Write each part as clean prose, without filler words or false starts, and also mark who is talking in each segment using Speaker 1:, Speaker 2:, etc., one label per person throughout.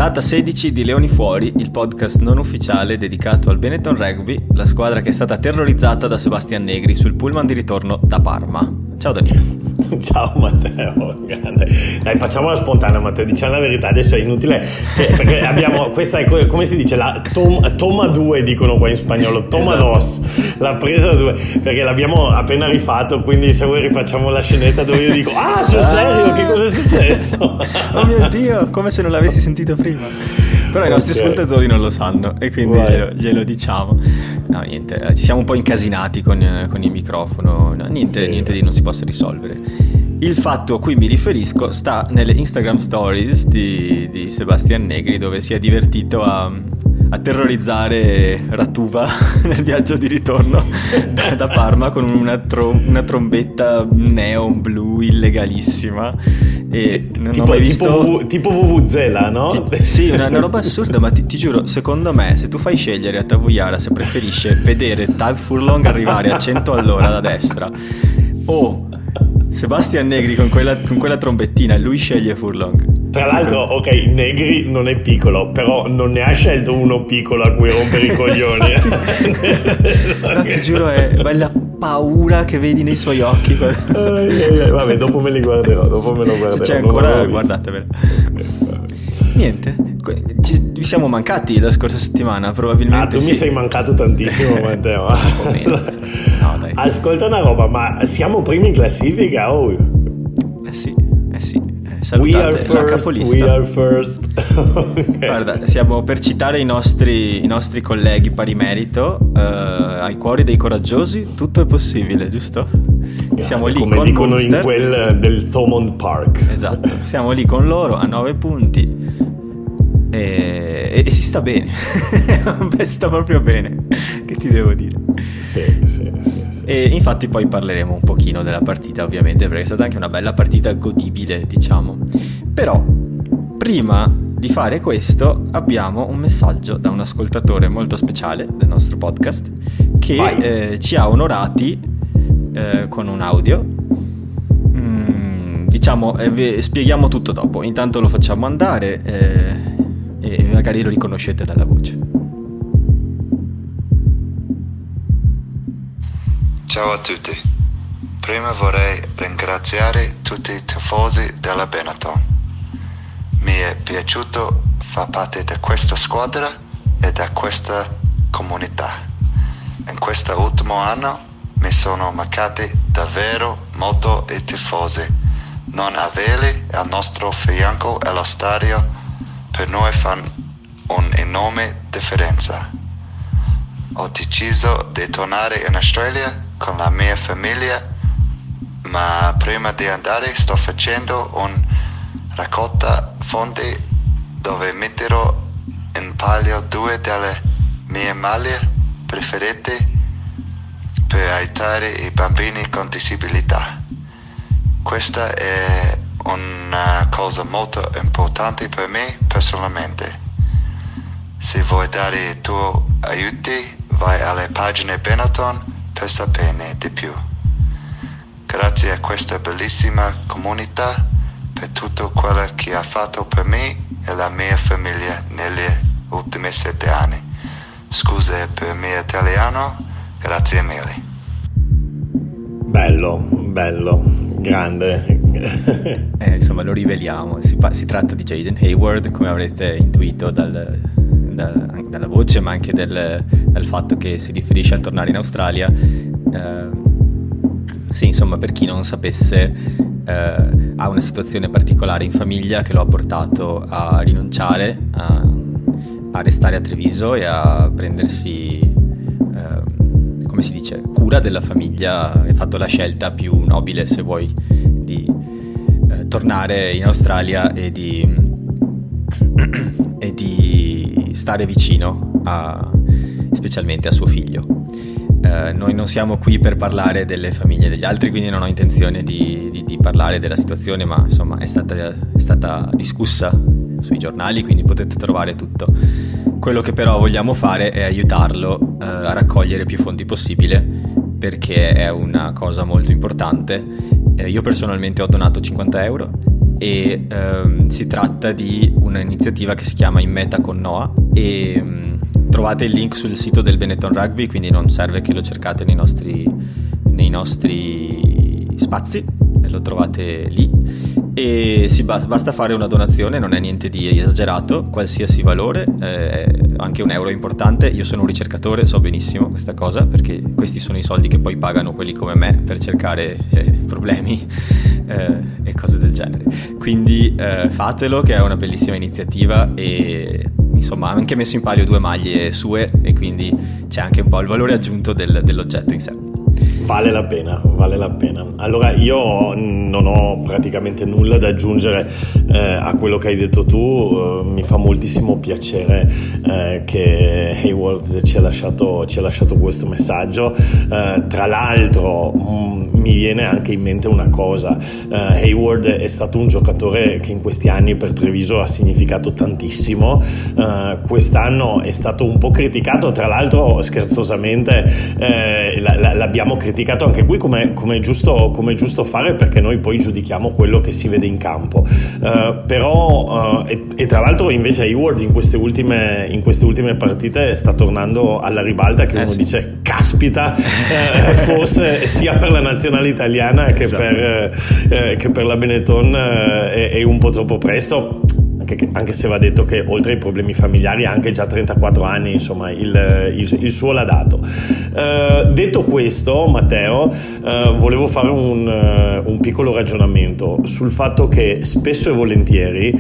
Speaker 1: Puntata 16 di Leoni Fuori, il podcast non ufficiale dedicato al Benetton Rugby, la squadra che è stata terrorizzata da Sebastian Negri sul pullman di ritorno da Parma. Ciao Danilo.
Speaker 2: Ciao Matteo, grande. Dai, facciamola spontanea, Matteo, diciamo la verità, adesso è inutile perché abbiamo, questa è come si dice, la toma 2 dicono qua in spagnolo, toma dos, la presa 2, perché l'abbiamo appena rifatto, quindi se vuoi rifacciamo la scenetta dove io dico sul serio, che cosa è successo?
Speaker 1: Oh mio Dio, come se non l'avessi sentito prima. Però i nostri ascoltatori non lo sanno e quindi glielo diciamo. No, niente, ci siamo un po' incasinati con il microfono, no, niente di non si possa risolvere. Il fatto a cui mi riferisco sta nelle Instagram Stories di Sebastian Negri, dove si è divertito a terrorizzare Ratuva nel viaggio di ritorno da Parma con una trombetta neon blu illegalissima e non ho mai visto
Speaker 2: tipo Vuvuzela, no?
Speaker 1: Sì, una roba assurda, ma ti giuro, secondo me se tu fai scegliere a Tavuyara se preferisce vedere Tad Furlong arrivare a 100 all'ora da destra o Sebastian Negri con quella trombettina, lui sceglie Furlong.
Speaker 2: Tra l'altro, ok, Negri non è piccolo, però non ne ha scelto uno piccolo a cui rompere i coglioni.
Speaker 1: No, ti giuro, è bella paura che vedi nei suoi occhi.
Speaker 2: Vabbè, dopo me li guarderò,
Speaker 1: Se c'è ancora, guardatevelo. Niente, vi siamo mancati la scorsa settimana, probabilmente.
Speaker 2: Tu mi sei mancato tantissimo, Matteo.
Speaker 1: No, dai.
Speaker 2: Ascolta una roba, ma siamo primi in classifica?
Speaker 1: Eh sì. Salutate la capolista.
Speaker 2: We are first. Okay.
Speaker 1: Guarda, siamo per citare i nostri colleghi pari merito, ai cuori dei coraggiosi tutto è possibile, giusto? Siamo lì
Speaker 2: come
Speaker 1: con
Speaker 2: dicono
Speaker 1: Munster.
Speaker 2: In quel del Thomond Park.
Speaker 1: Esatto, siamo lì con loro a 9 punti e si sta bene. Beh, si sta proprio bene, che ti devo dire.
Speaker 2: Sì.
Speaker 1: E infatti poi parleremo un pochino della partita, ovviamente, perché è stata anche una bella partita godibile, diciamo. Però prima di fare questo abbiamo un messaggio da un ascoltatore molto speciale del nostro podcast che ci ha onorati con un audio. Diciamo, spieghiamo tutto dopo. Intanto lo facciamo andare e magari lo riconoscete dalla voce.
Speaker 3: Ciao a tutti. Prima vorrei ringraziare tutti i tifosi della Benetton. Mi è piaciuto far parte di questa squadra e da questa comunità. In questo ultimo anno mi sono mancati davvero molto i tifosi. Non averli al nostro fianco allo stadio per noi fa un'enorme differenza. Ho deciso di tornare in Australia con la mia famiglia, ma prima di andare sto facendo una raccolta fondi dove metterò in palio 2 delle mie maglie preferite per aiutare i bambini con disabilità. Questa è una cosa molto importante per me personalmente. Se vuoi dare i tuoi aiuti, vai alle pagine Benetton per saperne di più. Grazie a questa bellissima comunità per tutto quello che ha fatto per me e la mia famiglia negli ultimi 7 anni. Scusa per il mio italiano, grazie mille.
Speaker 2: Bello, grande.
Speaker 1: Insomma, lo riveliamo. Si tratta di Jaden Hayward, come avrete intuito dalla voce, ma anche dal fatto che si riferisce al tornare in Australia. Sì, insomma, per chi non sapesse, ha una situazione particolare in famiglia che lo ha portato a rinunciare a restare a Treviso e a prendersi come si dice, cura della famiglia. Ha fatto la scelta più nobile, se vuoi, di tornare in Australia e di stare vicino specialmente a suo figlio. Noi non siamo qui per parlare delle famiglie degli altri, quindi non ho intenzione di parlare della situazione, ma insomma è stata discussa sui giornali, quindi potete trovare tutto. Quello che però vogliamo fare è aiutarlo a raccogliere più fondi possibile, perché è una cosa molto importante. Io personalmente ho donato 50 euro e si tratta di un'iniziativa che si chiama In Meta con Noah e trovate il link sul sito del Benetton Rugby, quindi non serve che lo cercate nei nostri spazi, lo trovate lì e basta fare una donazione, non è niente di esagerato, qualsiasi valore, anche €1 è importante. Io sono un ricercatore, so benissimo questa cosa, perché questi sono i soldi che poi pagano quelli come me per cercare problemi e cose del genere, quindi fatelo, che è una bellissima iniziativa e insomma ha anche messo in palio 2 maglie sue e quindi c'è anche un po' il valore aggiunto dell'oggetto in sé.
Speaker 2: Vale la pena. Allora io non ho praticamente nulla da aggiungere a quello che hai detto tu. Mi fa moltissimo piacere che Hayward ci ha lasciato questo messaggio. Tra l'altro mi viene anche in mente una cosa: Hayward è stato un giocatore che in questi anni per Treviso ha significato tantissimo. Quest'anno è stato un po' criticato, tra l'altro scherzosamente l'abbiamo criticato anche qui, come è giusto fare, perché noi poi giudichiamo quello che si vede in campo, però e tra l'altro invece Hayward in queste ultime partite sta tornando alla ribalta, che uno
Speaker 1: sì.
Speaker 2: dice caspita, forse sia per la nazionale italiana che, esatto, che per la Benetton è un po' troppo presto. Anche se va detto che oltre ai problemi familiari ha anche già 34 anni, insomma il suo l'ha dato. Detto questo, Matteo, volevo fare un piccolo ragionamento sul fatto che spesso e volentieri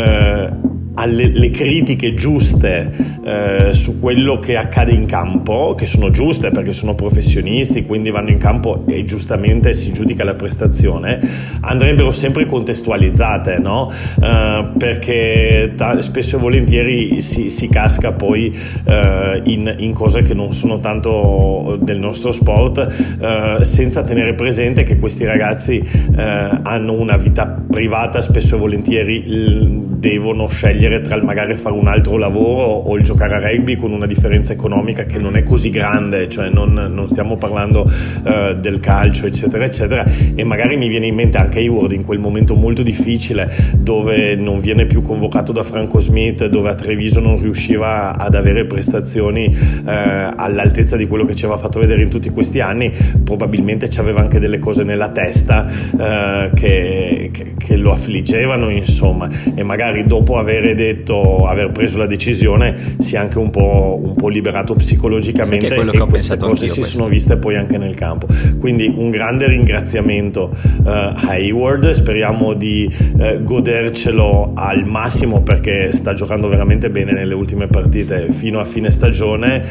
Speaker 2: alle critiche giuste su quello che accade in campo, che sono giuste perché sono professionisti, quindi vanno in campo e giustamente si giudica la prestazione, andrebbero sempre contestualizzate, no? Perché spesso e volentieri si casca poi in cose che non sono tanto del nostro sport, senza tenere presente che questi ragazzi hanno una vita privata, spesso e volentieri devono scegliere tra il magari fare un altro lavoro o il giocare a rugby, con una differenza economica che non è così grande, cioè non stiamo parlando del calcio eccetera eccetera, e magari mi viene in mente anche Hayward in quel momento molto difficile dove non viene più convocato da Franco Smith, dove a Treviso non riusciva ad avere prestazioni all'altezza di quello che ci aveva fatto vedere in tutti questi anni. Probabilmente c'aveva anche delle cose nella testa che lo affliggevano, insomma, e magari dopo aver preso la decisione si è anche un po' liberato psicologicamente,
Speaker 1: sì,
Speaker 2: e queste cose si sono viste poi anche nel campo. Quindi un grande ringraziamento a Hayward, speriamo di godercelo al massimo perché sta giocando veramente bene nelle ultime partite fino a fine stagione,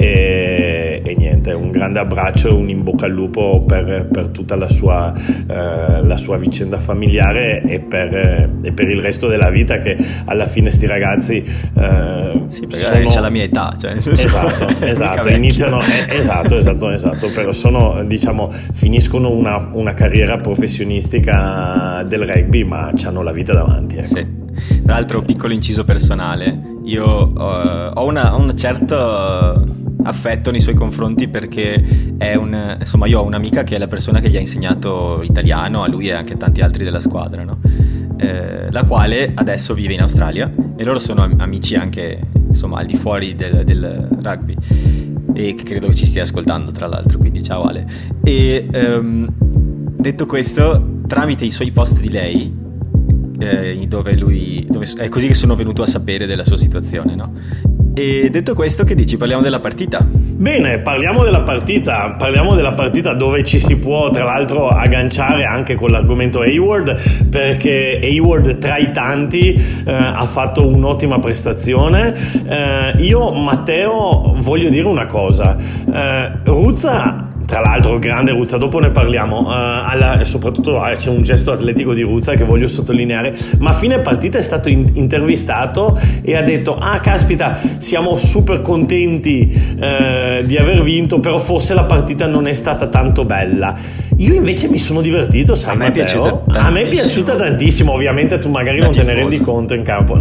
Speaker 2: e niente, un grande abbraccio e un in bocca al lupo per tutta la sua vicenda familiare e per il resto della vita, che alla fine sti ragazzi
Speaker 1: sì, perché c'è la mia età, cioè nel senso,
Speaker 2: esatto iniziano esatto, però sono, diciamo, finiscono una carriera professionistica del rugby, ma hanno la vita davanti, ecco.
Speaker 1: Sì. Tra l'altro, piccolo inciso personale, io ho un certo affetto nei suoi confronti perché insomma, io ho un'amica che è la persona che gli ha insegnato italiano a lui e anche a tanti altri della squadra, no? La quale adesso vive in Australia e loro sono amici anche, insomma, al di fuori del rugby, e credo che ci stia ascoltando, tra l'altro, quindi ciao Ale. E detto questo, tramite i suoi post di lei, dove è così che sono venuto a sapere della sua situazione, no? E detto questo, che dici? Parliamo della partita.
Speaker 2: Bene, parliamo della partita dove ci si può tra l'altro agganciare anche con l'argomento Hayward, perché Hayward tra i tanti ha fatto un'ottima prestazione. Io, Matteo, voglio dire una cosa: Ruzza, tra l'altro grande Ruzza, dopo ne parliamo, soprattutto c'è un gesto atletico di Ruzza che voglio sottolineare, ma a fine partita è stato intervistato e ha detto: ah, caspita, siamo super contenti di aver vinto, però forse la partita non è stata tanto bella. Io invece mi sono divertito, sai, Matteo? A me è piaciuta tantissimo. Ovviamente tu magari non te ne rendi conto in campo,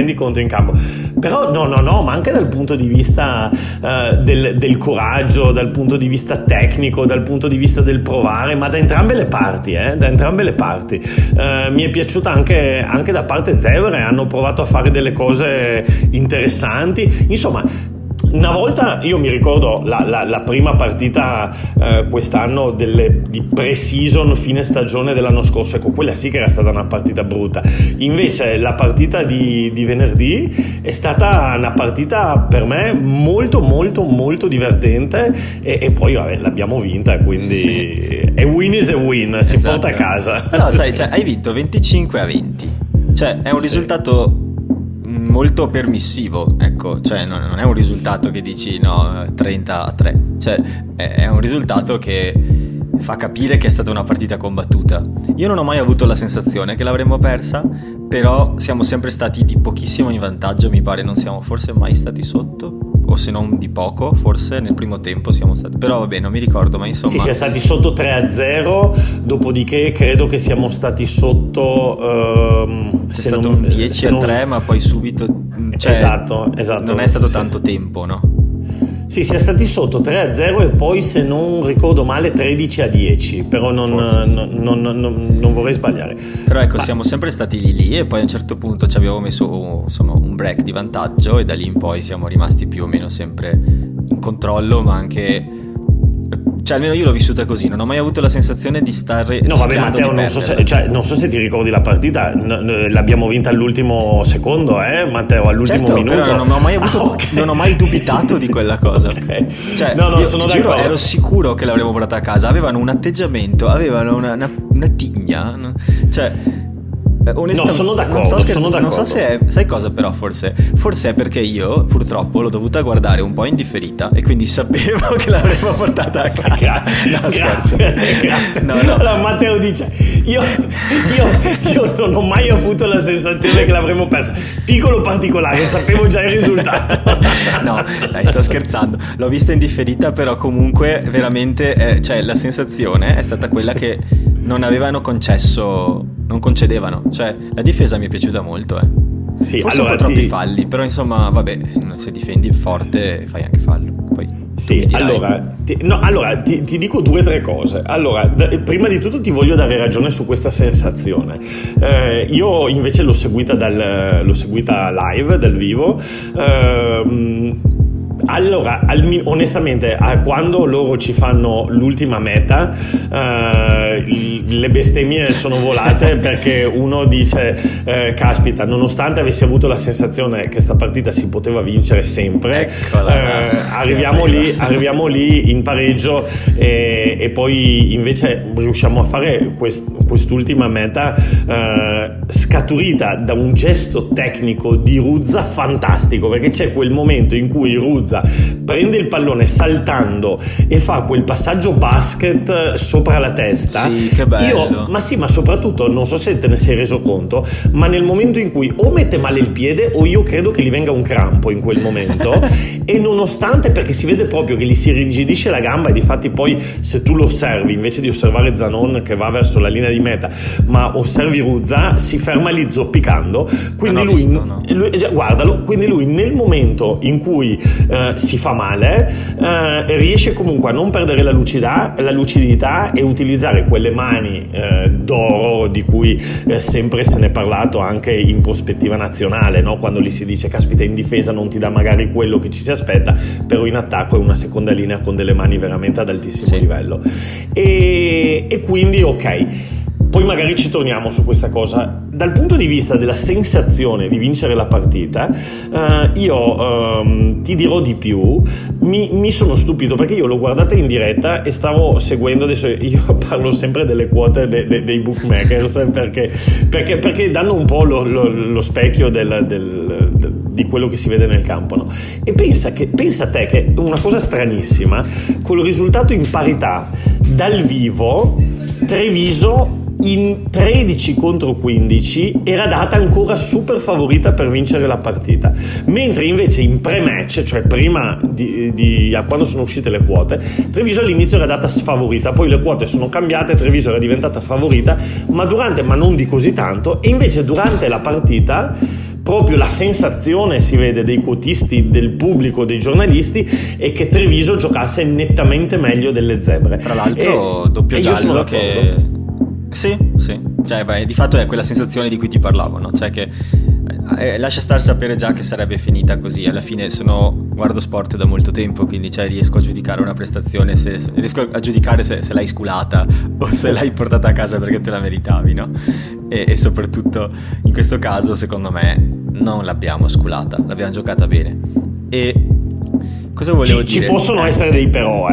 Speaker 2: però no, ma anche dal punto di vista del coraggio, dal punto di vista tecnico, tecnico, dal punto di vista del provare, ma da entrambe le parti, mi è piaciuta anche da parte Zevere, hanno provato a fare delle cose interessanti, insomma. Una volta, io mi ricordo la prima partita quest'anno di pre-season, fine stagione dell'anno scorso, ecco, quella sì che era stata una partita brutta. Invece la partita di venerdì è stata una partita per me molto molto molto divertente, e poi vabbè, l'abbiamo vinta, quindi sì. E win is a win, si porta a casa.
Speaker 1: Però sai, cioè, hai vinto 25-20, cioè è un risultato molto permissivo, ecco, cioè non è un risultato che dici no 30-3, cioè è un risultato che fa capire che è stata una partita combattuta. Io non ho mai avuto la sensazione che l'avremmo persa, però siamo sempre stati di pochissimo in vantaggio, mi pare non siamo forse mai stati sotto, o se non di poco, forse nel primo tempo siamo stati, però vabbè non mi ricordo, ma insomma
Speaker 2: sì, siamo stati sotto 3-0, dopodiché credo che siamo stati sotto
Speaker 1: c'è stato un 10-3 ma poi subito, cioè, esatto, non è stato tanto tempo, no?
Speaker 2: Sì, siamo stati sotto 3-0 e poi, se non ricordo male, 13-10, però non vorrei sbagliare.
Speaker 1: Però ecco, siamo sempre stati lì e poi a un certo punto ci abbiamo messo insomma un break di vantaggio e da lì in poi siamo rimasti più o meno sempre in controllo, ma anche, cioè almeno io l'ho vissuta così, non ho mai avuto la sensazione di stare
Speaker 2: no vabbè Matteo, non so se ti ricordi la partita, l'abbiamo vinta all'ultimo secondo, Matteo, all'ultimo minuto,
Speaker 1: però non ho mai avuto non ho mai dubitato di quella cosa. Okay. Cioè,
Speaker 2: no, sono d'accordo.
Speaker 1: Giuro, ero sicuro che l'avremmo portata a casa, avevano un atteggiamento, avevano una tigna, cioè onestamente
Speaker 2: no, sono d'accordo,
Speaker 1: non so se è, sai cosa, però forse è perché io purtroppo l'ho dovuta guardare un po' in differita e quindi sapevo che l'avremmo portata a casa.
Speaker 2: Grazie. No. Allora Matteo dice io non ho mai avuto la sensazione che l'avremmo persa, piccolo particolare, sapevo già il risultato.
Speaker 1: No dai, sto scherzando, l'ho vista in differita, però comunque veramente cioè la sensazione è stata quella che non concedevano, cioè la difesa mi è piaciuta molto,
Speaker 2: Sì,
Speaker 1: forse
Speaker 2: allora,
Speaker 1: un po' troppi falli, però insomma vabbè, se difendi forte fai anche fallo, poi
Speaker 2: sì, allora ti dico 2 o 3 cose. Allora, prima di tutto ti voglio dare ragione su questa sensazione. Io invece l'ho seguita live, dal vivo. Allora, onestamente, quando loro ci fanno l'ultima meta, le bestemmie sono volate perché uno dice caspita, nonostante avessi avuto la sensazione che sta partita si poteva vincere sempre, arriviamo lì in pareggio e poi invece riusciamo a fare quest'ultima meta scaturita da un gesto tecnico di Ruzza fantastico, perché c'è quel momento in cui Ruzza prende il pallone saltando e fa quel passaggio basket sopra la testa.
Speaker 1: Sì, che bello.
Speaker 2: Ma soprattutto non so se te ne sei reso conto, ma nel momento in cui o mette male il piede o io credo che gli venga un crampo in quel momento e nonostante, perché si vede proprio che gli si rigidisce la gamba, e difatti poi se tu lo osservi, invece di osservare Zanon che va verso la linea di meta, ma osservi Ruzza, si ferma lì zoppicando, quindi guardalo, quindi lui nel momento in cui si fa male riesce comunque a non perdere la lucidità e utilizzare quelle mani d'oro di cui sempre se ne è parlato anche in prospettiva nazionale, no? Quando gli si dice caspita, in difesa non ti dà magari quello che ci si aspetta, però in attacco è una seconda linea con delle mani veramente ad altissimo livello, e quindi ok. Poi magari ci torniamo su questa cosa. Dal punto di vista della sensazione di vincere la partita, io ti dirò di più, mi sono stupito perché io l'ho guardata in diretta e stavo seguendo, adesso io parlo sempre delle quote dei bookmakers perché danno un po' lo specchio di quello che si vede nel campo, no? E pensa a te che una cosa stranissima, col risultato in parità dal vivo, Treviso in 13 contro 15 era data ancora super favorita per vincere la partita, mentre invece in pre-match, cioè prima di quando sono uscite le quote, Treviso all'inizio era data sfavorita, poi le quote sono cambiate, Treviso era diventata favorita, ma non di così tanto, e invece durante la partita proprio la sensazione, si vede, dei quotisti, del pubblico, dei giornalisti, è che Treviso giocasse nettamente meglio delle Zebre.
Speaker 1: Tra l'altro doppio giallo che... Sì, cioè di fatto è quella sensazione di cui ti parlavo, no? Cioè che lascia star sapere già che sarebbe finita così. Alla fine guardo sport da molto tempo, quindi riesco a giudicare una prestazione, riesco a giudicare se l'hai sculata o se l'hai portata a casa perché te la meritavi, no? E soprattutto in questo caso secondo me non l'abbiamo sculata, l'abbiamo giocata bene. E cosa volevo dire?
Speaker 2: Ci possono essere dei però,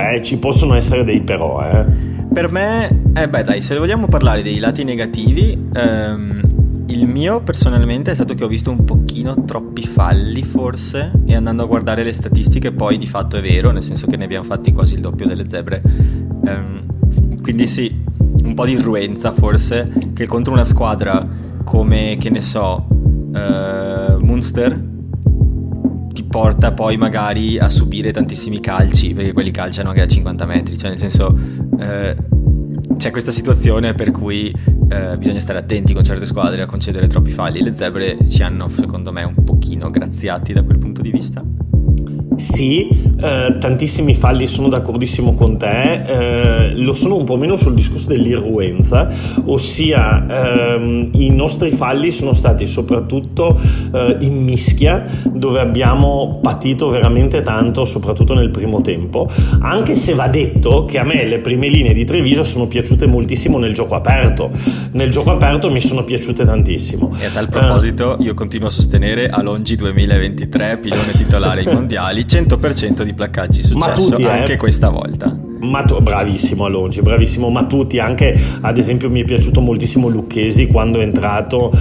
Speaker 1: Per me, dai, se vogliamo parlare dei lati negativi, il mio personalmente è stato che ho visto un pochino troppi falli forse, e andando a guardare le statistiche poi di fatto è vero, nel senso che ne abbiamo fatti quasi il doppio delle Zebre, quindi sì, un po' di irruenza forse, che contro una squadra come, che ne so, Munster ti porta poi magari a subire tantissimi calci, perché quelli calciano anche a 50 metri, cioè nel senso c'è questa situazione per cui bisogna stare attenti con certe squadre a concedere troppi falli. Le Zebre ci hanno secondo me un pochino graziati da quel punto di vista.
Speaker 2: Sì, tantissimi falli, sono d'accordissimo con te, lo sono un po' meno sul discorso dell'irruenza, ossia i nostri falli sono stati soprattutto in mischia, dove abbiamo patito veramente tanto, soprattutto nel primo tempo, anche se va detto che a me le prime linee di Treviso sono piaciute moltissimo nel gioco aperto mi sono piaciute tantissimo.
Speaker 1: E a tal proposito io continuo a sostenere Alongi 2023 pilone titolare ai mondiali, 100% di placcaggi successo anche questa volta.
Speaker 2: Bravissimo Alongi, bravissimo Matuti, anche ad esempio mi è piaciuto moltissimo Lucchesi quando è entrato,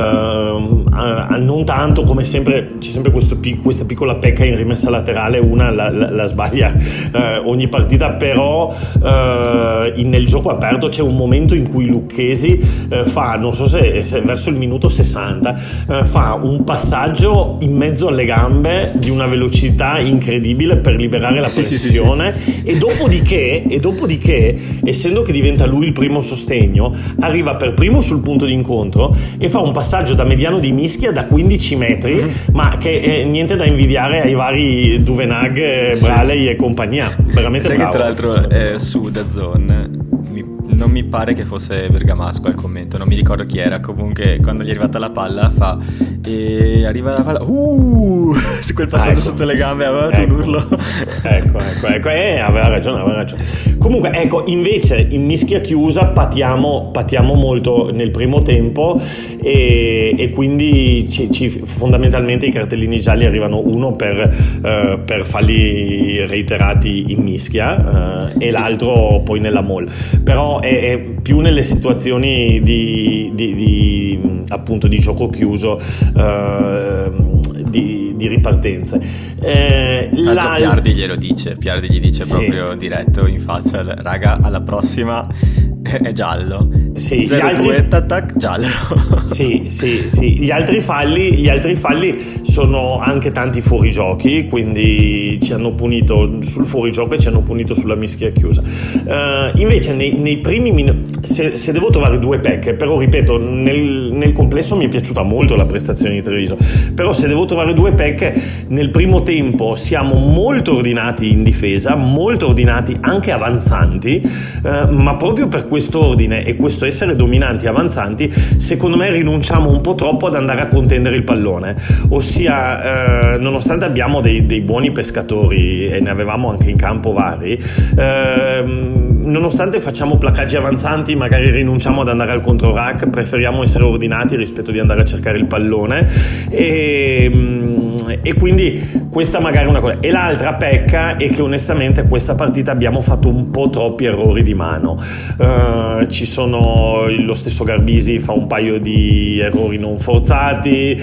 Speaker 2: non tanto come sempre, c'è sempre questa piccola pecca in rimessa laterale, una la sbaglia ogni partita, però nel gioco aperto c'è un momento in cui Lucchesi fa, non so se verso il minuto 60, fa un passaggio in mezzo alle gambe di una velocità incredibile per liberare la pressione. Sì. E dopodiché, essendo che diventa lui il primo sostegno, arriva per primo sul punto di incontro e fa un passaggio da mediano di mischia da 15 metri, ma che è niente da invidiare ai vari Duvenag, Braley e compagnia. Veramente
Speaker 1: sai
Speaker 2: bravo.
Speaker 1: Che tra l'altro su DAZN non mi pare che fosse Bergamasco al commento, non mi ricordo chi era, comunque quando gli è arrivata la palla e arriva la palla su quel passaggio sotto le gambe aveva dato un urlo.
Speaker 2: Ecco, aveva ragione. Comunque ecco, invece in mischia chiusa patiamo molto nel primo tempo e quindi fondamentalmente i cartellini gialli arrivano uno per falli reiterati in mischia e l'altro poi nella mall, però è più nelle situazioni di appunto di gioco chiuso, di ripartenze.
Speaker 1: Piardi glielo dice, Piardi gli dice proprio diretto in faccia, raga, alla prossima è giallo.
Speaker 2: Sì,
Speaker 1: 0-2 tac giallo.
Speaker 2: Sì. Gli altri falli sono anche tanti fuorigiochi, quindi ci hanno punito sul fuorigioco e ci hanno punito sulla mischia chiusa. Invece nei primi se devo trovare due pecche, però ripeto, nel complesso mi è piaciuta molto la prestazione di Treviso, però se devo trovare due pecche, nel primo tempo siamo molto ordinati in difesa, molto ordinati anche avanzanti, ma proprio per questo ordine e questo essere dominanti avanzanti, secondo me rinunciamo un po' troppo ad andare a contendere il pallone, ossia nonostante abbiamo dei buoni pescatori e ne avevamo anche in campo vari, nonostante facciamo placcaggi avanzanti, magari rinunciamo ad andare al contro rack, preferiamo essere ordinati rispetto di andare a cercare il pallone e quindi questa magari è una cosa. E l'altra pecca è che onestamente questa partita abbiamo fatto un po' troppi errori di mano, ci sono, lo stesso Garbisi fa un paio di errori non forzati,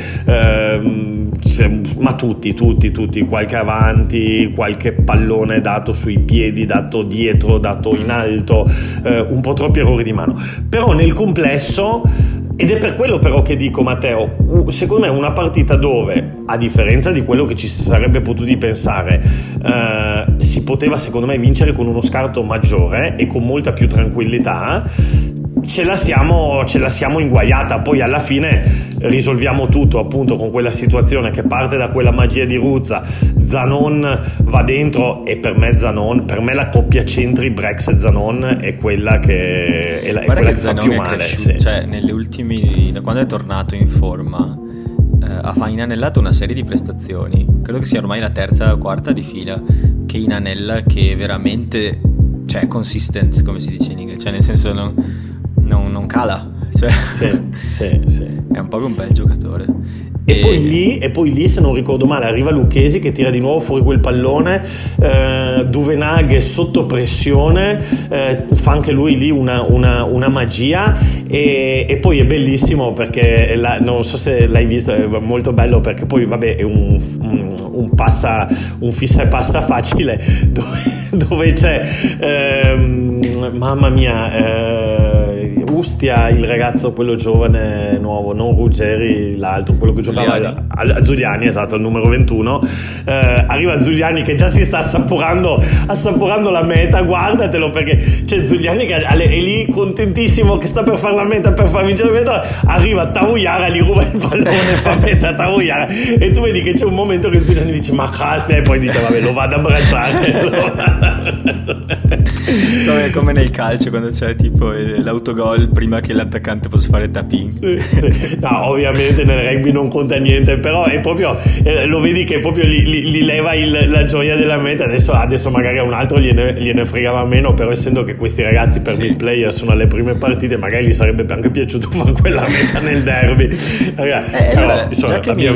Speaker 2: ma tutti, qualche avanti, qualche pallone dato sui piedi, dato dietro, dato in alto, un po' troppi errori di mano, però nel complesso. Ed è per quello però che dico, Matteo, secondo me una partita dove, a differenza di quello che ci sarebbe potuti pensare, si poteva secondo me vincere con uno scarto maggiore e con molta più tranquillità, ce la siamo inguaiata. Poi alla fine risolviamo tutto appunto con quella situazione che parte da quella magia di Ruzza. Zanon va dentro, e per me la coppia centri Brex e Zanon è quella che è quella che fa più male, sì.
Speaker 1: Cioè nelle ultimi, da quando è tornato in forma, ha inanellato una serie di prestazioni, credo che sia ormai la terza o quarta di fila che inanella, che veramente, cioè consistent, come si dice in inglese, cioè nel senso non cala, cioè
Speaker 2: sì.
Speaker 1: è un po' un bel giocatore.
Speaker 2: E poi lì, se non ricordo male, arriva Lucchesi che tira di nuovo fuori quel pallone, Duvenag è sotto pressione, fa anche lui lì una magia, e poi è bellissimo perché non so se l'hai visto, è molto bello perché poi vabbè è un fissa e passa facile dove c'è mamma mia, Ustia, il ragazzo quello giovane nuovo, non Ruggeri, l'altro, quello che giocava a Giuliani, esatto, il numero 21, arriva Giuliani che già si sta assaporando la meta, guardatelo, perché c'è Giuliani che è lì contentissimo che sta per fare la meta, per far vincere la meta, arriva Tavuyara, gli ruba il pallone, fa meta Tavuyara, e tu vedi che c'è un momento che Giuliani dice ma caspita, e poi dice vabbè, lo vado ad abbracciare.
Speaker 1: come nel calcio quando c'è tipo l'autogol prima che l'attaccante possa fare tap-in.
Speaker 2: Sì. No, ovviamente nel rugby non conta niente, però è proprio lo vedi che proprio li leva la gioia della meta. Adesso magari a un altro gliene fregava meno, però essendo che questi ragazzi per mid player sono alle prime partite, magari gli sarebbe anche piaciuto fare quella meta nel derby. Però insomma,
Speaker 1: già che mi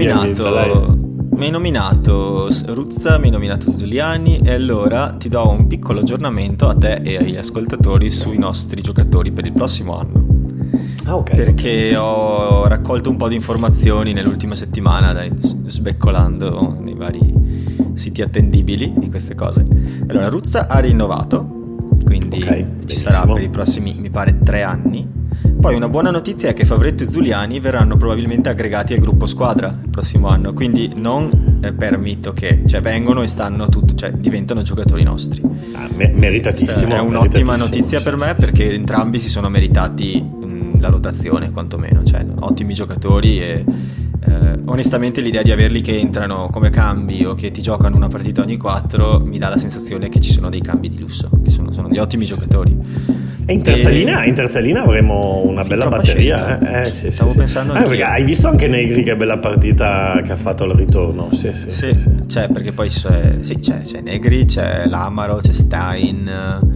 Speaker 1: hai nominato Ruzza, mi hai nominato Giuliani, e allora ti do un piccolo aggiornamento a te e agli ascoltatori sui nostri giocatori per il prossimo anno.
Speaker 2: Okay.
Speaker 1: Perché ho raccolto un po' di informazioni nell'ultima settimana, sbeccolando nei vari siti attendibili di queste cose. Allora, Ruzza ha rinnovato, quindi ci sarà per i prossimi, mi pare, 3 anni. Poi una buona notizia è che Favretto e Giuliani verranno probabilmente aggregati al gruppo squadra il prossimo anno, quindi non per mito che, cioè, vengono e stanno cioè diventano giocatori nostri.
Speaker 2: Meritatissimo.
Speaker 1: È un'ottima notizia per me, perché entrambi si sono meritati la rotazione, quantomeno, cioè ottimi giocatori, e onestamente l'idea di averli che entrano come cambi o che ti giocano una partita ogni 4 mi dà la sensazione che ci sono dei cambi di lusso, che sono degli ottimi giocatori.
Speaker 2: E in terza linea avremo una bella batteria.
Speaker 1: Stavo pensando
Speaker 2: perché hai visto anche Negri che bella partita che ha fatto al ritorno. Sì.
Speaker 1: C'è, perché poi c'è Negri, c'è Lamaro, c'è Stein,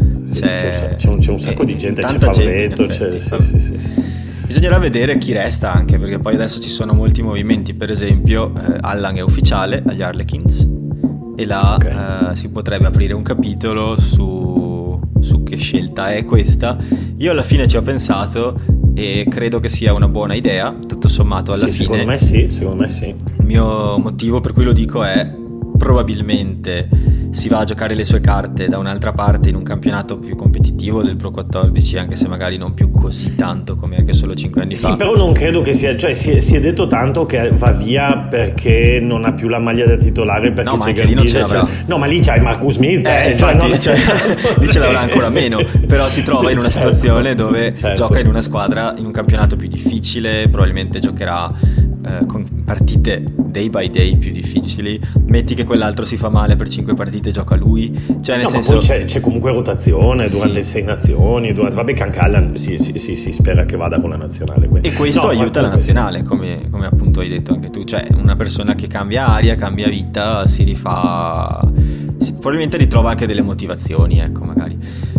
Speaker 2: c'è un sacco di gente, c'è Favretto, sì.
Speaker 1: Bisognerà vedere chi resta, anche perché poi adesso ci sono molti movimenti. Per esempio Allan è ufficiale agli Harlequins, e là si potrebbe aprire un capitolo su che scelta è questa. Io alla fine ci ho pensato e credo che sia una buona idea, tutto sommato alla fine.
Speaker 2: Secondo me sì.
Speaker 1: Il mio motivo per cui lo dico è: probabilmente si va a giocare le sue carte da un'altra parte in un campionato più competitivo del Pro 14, anche se magari non più così tanto come anche solo 5 anni fa.
Speaker 2: Sì, però non credo che sia, cioè si è detto tanto che va via perché non ha più la maglia da titolare, perché
Speaker 1: no, ma anche lì non ce l'avrà.
Speaker 2: No, ma lì c'hai Marcus Smith,
Speaker 1: infatti, lì ce l'avrà ancora meno, però si trova in una situazione dove gioca in una squadra, in un campionato più difficile, probabilmente giocherà con partite day by day più difficili. Metti che quell'altro si fa male per 5 partite, gioca lui, cioè nel senso,
Speaker 2: ma poi c'è comunque rotazione durante le 6 nazioni, vabbè, Cancallan si spera che vada con la nazionale, quindi.
Speaker 1: E questo aiuta la nazionale, come appunto hai detto anche tu, cioè una persona che cambia aria, cambia vita, si rifà, probabilmente ritrova anche delle motivazioni, ecco, magari.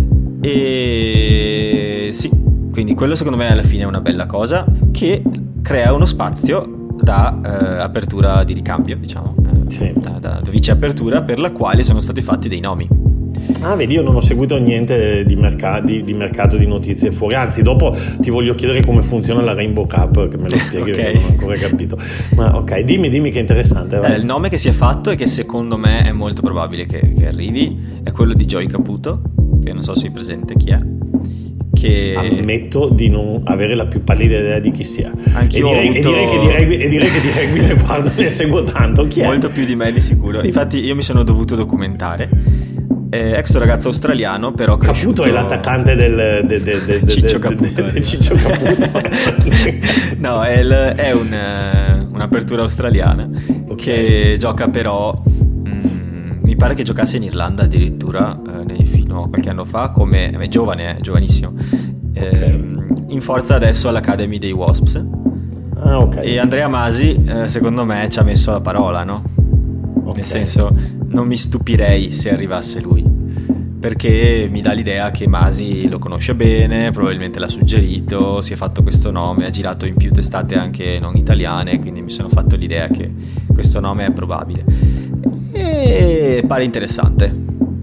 Speaker 1: E sì, quindi quello secondo me alla fine è una bella cosa, che crea uno spazio da apertura di ricambio, diciamo, da vice apertura, per la quale sono stati fatti dei nomi.
Speaker 2: Vedi, io non ho seguito niente di mercato di notizie fuori, anzi dopo ti voglio chiedere come funziona la Rainbow Cup, che me lo spieghi, perché non ho ancora capito. Ma dimmi che è interessante.
Speaker 1: Il nome che si è fatto e che secondo me è molto probabile che arrivi è quello di Joey Caputo, che non so se hai presente chi è. Che
Speaker 2: ammetto di non avere la più pallida idea di chi sia.
Speaker 1: Anch'io
Speaker 2: direi che di rugby ne seguo tanto. Chi è?
Speaker 1: Molto più di me di sicuro. Infatti io mi sono dovuto documentare ex ragazzo australiano, però cresciuto...
Speaker 2: Caputo è l'attaccante del
Speaker 1: Ciccio Caputo.
Speaker 2: Ciccio Caputo.
Speaker 1: No, è un'apertura australiana, okay, che gioca però... mi pare che giocasse in Irlanda addirittura fino a qualche anno fa, come giovanissimo, okay, in forza adesso all'Academy dei Wasps.
Speaker 2: Okay.
Speaker 1: E Andrea Masi secondo me ci ha messo la parola, no? Okay. Nel senso, non mi stupirei se arrivasse lui, perché mi dà l'idea che Masi lo conosce bene, probabilmente l'ha suggerito, si è fatto questo nome, ha girato in più testate anche non italiane, quindi mi sono fatto l'idea che questo nome è probabile e pare interessante.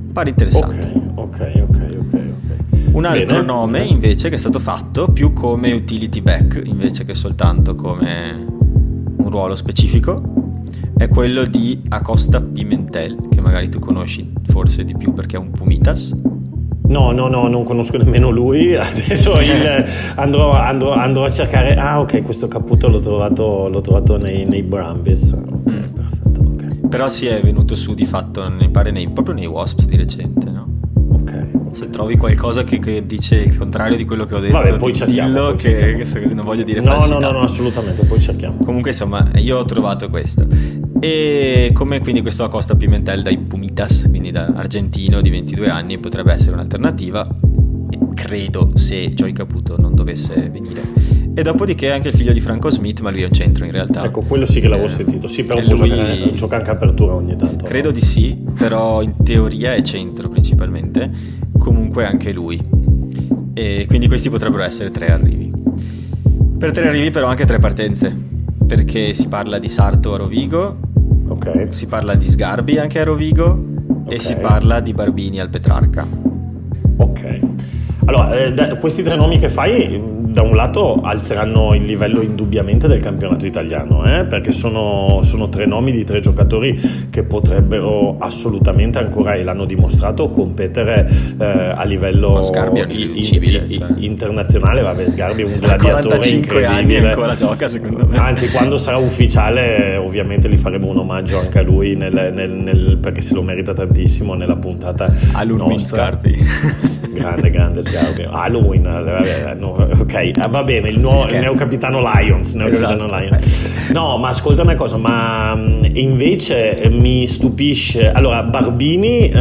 Speaker 2: Ok.
Speaker 1: Un altro nome invece che è stato fatto più come utility back invece che soltanto come un ruolo specifico è quello di Acosta Pimentel, che magari tu conosci forse di più perché è un Pumitas.
Speaker 2: No, non conosco nemmeno lui. Adesso andrò a cercare. Ok, questo Caputo l'ho trovato nei Brumbies. Perfetto, ok.
Speaker 1: Però si è venuto su di fatto, mi pare proprio nei Wasps di recente, no?
Speaker 2: Ok.
Speaker 1: Se trovi qualcosa che dice il contrario di quello che ho detto,
Speaker 2: vabbè, poi cerchiamo,
Speaker 1: che non voglio dire falsità.
Speaker 2: No, assolutamente, poi cerchiamo.
Speaker 1: Comunque insomma io ho trovato questo, e come quindi questo Acosta Pimentel dai Pumitas, quindi da argentino di 22 anni, potrebbe essere un'alternativa, credo, se Joey Caputo non dovesse venire. E dopodiché anche il figlio di Franco Smith, ma lui è un centro in realtà.
Speaker 2: Ecco, quello sì che l'avevo sentito. Sì, però lui gioca anche apertura ogni tanto.
Speaker 1: Credo di sì, però in teoria è centro principalmente. Comunque anche lui. E quindi questi potrebbero essere 3 arrivi. Per 3 arrivi però anche 3 partenze, perché si parla di Sarto a Rovigo,
Speaker 2: okay,
Speaker 1: si parla di Sgarbi anche a Rovigo, okay, e si parla di Barbini al Petrarca.
Speaker 2: Ok. Allora, questi 3 nomi che fai da un lato alzeranno il livello indubbiamente del campionato italiano, perché sono 3 nomi di 3 giocatori che potrebbero assolutamente ancora, e l'hanno dimostrato, competere a livello internazionale. Vabbè, Sgarbi è un gladiatore
Speaker 1: 45 anni e ancora gioca, secondo me.
Speaker 2: Anzi, quando sarà ufficiale ovviamente gli faremo un omaggio anche a lui perché se lo merita tantissimo nella puntata
Speaker 1: Halloween Sgarbi.
Speaker 2: grande Sgarbi. Halloween, ok, va bene, il neocapitano Lions.
Speaker 1: Esatto.
Speaker 2: No, ma ascolta una cosa, ma invece mi stupisce. Allora, Barbini,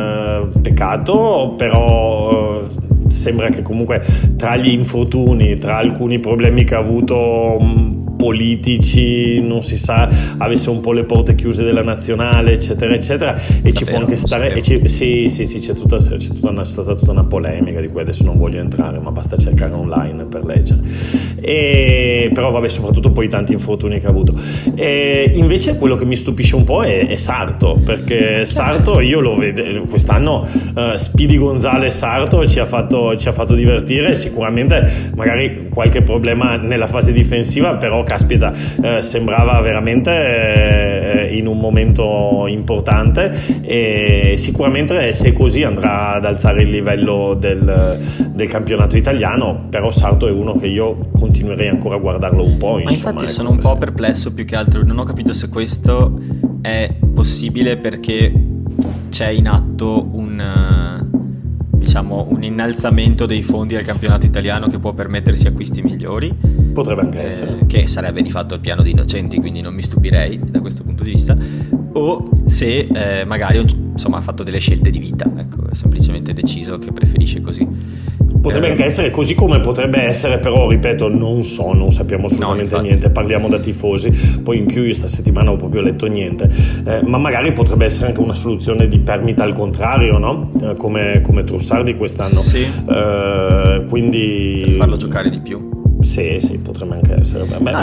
Speaker 2: peccato, però sembra che comunque tra gli infortuni, tra alcuni problemi che ha avuto politici, non si sa, avesse un po' le porte chiuse della nazionale, eccetera eccetera, e ci può anche stare. Sì, c'è stata tutta una polemica di cui adesso non voglio entrare, ma basta cercare online per leggere. Però vabbè, soprattutto poi tanti infortuni che ha avuto. Invece quello che mi stupisce un po' è Sarto, perché Sarto io lo vedo quest'anno, Speedy Gonzales Sarto ci ha fatto divertire, sicuramente magari qualche problema nella fase difensiva, però caspita, sembrava veramente in un momento importante, e sicuramente se così andrà ad alzare il livello del campionato italiano. Però Sarto è uno che io continuerei ancora a guardarlo un po',
Speaker 1: ma infatti sono un po' perplesso, più che altro non ho capito se questo è possibile perché c'è in atto un innalzamento dei fondi al campionato italiano che può permettersi acquisti migliori.
Speaker 2: Potrebbe anche essere,
Speaker 1: che sarebbe di fatto il piano di Innocenti, quindi non mi stupirei da questo punto di vista, o se magari ha fatto delle scelte di vita, ecco, è semplicemente deciso che preferisce così.
Speaker 2: Potrebbe anche essere così, come potrebbe essere, però ripeto, non sappiamo assolutamente niente, parliamo da tifosi, poi in più io sta settimana ho proprio letto niente, ma magari potrebbe essere anche una soluzione di permita al contrario, no? Come Trussardi quest'anno,
Speaker 1: sì.
Speaker 2: Quindi
Speaker 1: per farlo giocare di più.
Speaker 2: Sì, potrebbe anche essere.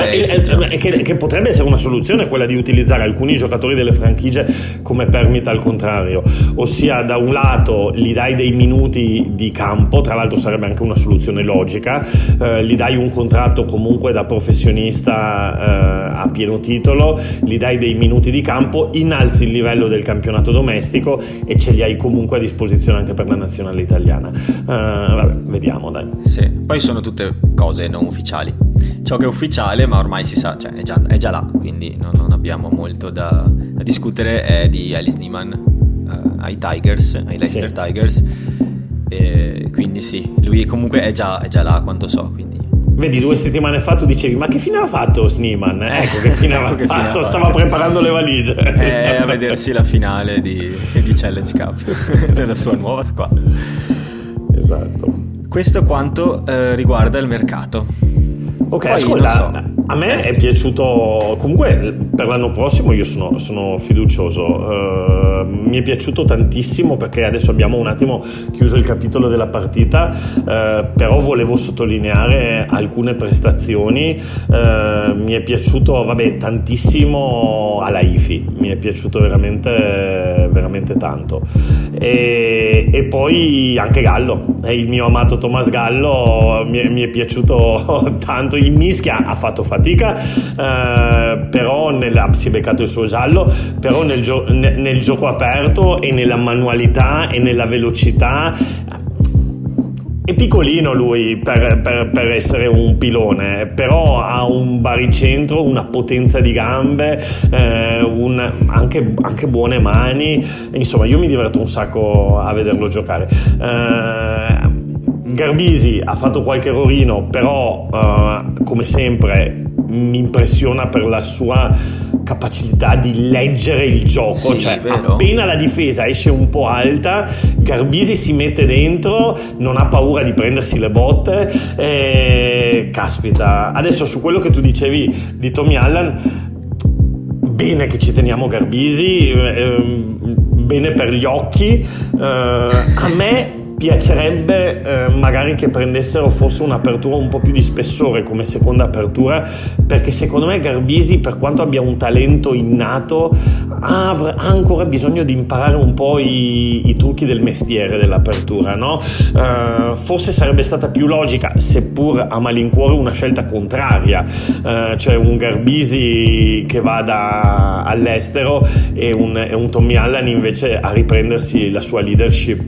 Speaker 2: Che potrebbe essere una soluzione quella di utilizzare alcuni giocatori delle franchigie come permita al contrario, ossia da un lato gli dai dei minuti di campo, tra l'altro sarebbe anche una soluzione logica, gli dai un contratto comunque da professionista a pieno titolo, gli dai dei minuti di campo, innalzi il livello del campionato domestico e ce li hai comunque a disposizione anche per la nazionale italiana. Vabbè, vediamo, dai.
Speaker 1: Sì, poi sono tutte cose non ufficiali. Ciò che è ufficiale, ma ormai si sa, cioè è già là, quindi non abbiamo molto da discutere, è di Alice Niemann, ai Tigers, ai Leicester Tigers, e quindi sì, lui comunque è già là, quanto so, quindi.
Speaker 2: Vedi, 2 settimane fa tu dicevi ma che fine ha fatto Sneeman? Ecco che fine aveva fatto, stava preparando le valigie.
Speaker 1: A vedersi la finale di Challenge Cup della sua nuova squadra.
Speaker 2: Esatto.
Speaker 1: Questo quanto riguarda il mercato.
Speaker 2: Ok,
Speaker 1: poi,
Speaker 2: ascolta, a me è piaciuto, comunque per l'anno prossimo io sono fiducioso, mi è piaciuto tantissimo perché adesso abbiamo un attimo chiuso il capitolo della partita, però volevo sottolineare alcune prestazioni. Mi è piaciuto tantissimo Alaifi, mi è piaciuto veramente, veramente tanto, e poi anche Gallo, il mio amato Thomas Gallo mi è piaciuto tanto. In mischia ha fatto fatica, però si è beccato il suo giallo, però nel gioco aperto e nella manualità e nella velocità. È piccolino lui per essere un pilone, però ha un baricentro, una potenza di gambe, anche buone mani. Insomma, io mi diverto un sacco a vederlo giocare. Garbisi ha fatto qualche errorino, però come sempre mi impressiona per la sua capacità di leggere il gioco,
Speaker 1: sì,
Speaker 2: cioè
Speaker 1: vero.
Speaker 2: Appena la difesa esce un po' alta, Garbisi si mette dentro, non ha paura di prendersi le botte, caspita. Adesso su quello che tu dicevi di Tommy Allen, bene che ci teniamo Garbisi, bene per gli occhi. A me piacerebbe magari che prendessero forse un'apertura un po' più di spessore come seconda apertura, perché secondo me Garbisi, per quanto abbia un talento innato, ha ancora bisogno di imparare un po' i trucchi del mestiere dell'apertura, no? Forse sarebbe stata più logica, seppur a malincuore, una scelta contraria, cioè un Garbisi che vada all'estero e un Tommy Allen invece a riprendersi la sua leadership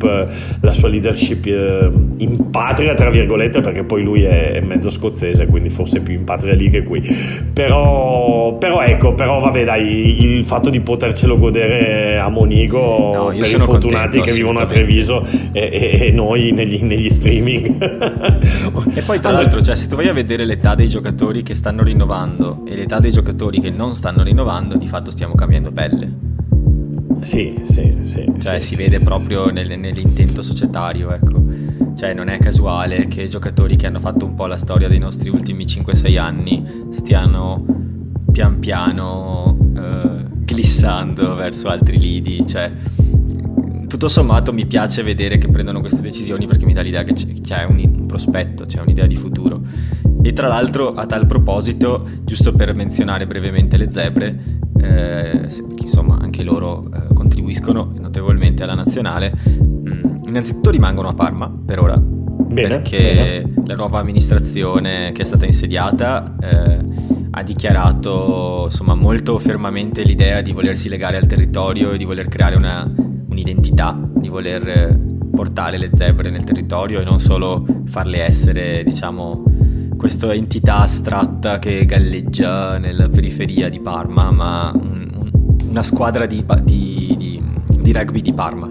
Speaker 2: in patria, tra virgolette, perché poi lui è mezzo scozzese, quindi forse più in patria lì che qui, però vabbè, dai, il fatto di potercelo godere a Monigo, per i fortunati che vivono a Treviso e noi negli streaming.
Speaker 1: E poi tra l'altro, cioè, se tu vai a vedere l'età dei giocatori che stanno rinnovando e l'età dei giocatori che non stanno rinnovando, di fatto stiamo cambiando pelle.
Speaker 2: Sì.
Speaker 1: Cioè si vede proprio nell'intento societario, ecco. Cioè non è casuale che giocatori che hanno fatto un po' la storia dei nostri ultimi 5-6 anni stiano pian piano glissando verso altri lidi. Cioè, tutto sommato mi piace vedere che prendono queste decisioni, perché mi dà l'idea che c'è un prospetto, c'è un'idea di futuro. E tra l'altro, a tal proposito, giusto per menzionare brevemente le zebre, che insomma anche loro contribuiscono notevolmente alla nazionale, innanzitutto rimangono a Parma per ora, perché la nuova amministrazione che è stata insediata ha dichiarato insomma molto fermamente l'idea di volersi legare al territorio e di voler creare un'identità, di voler portare le zebre nel territorio e non solo farle essere, diciamo, questa entità astratta che galleggia nella periferia di Parma, ma una squadra di rugby di Parma.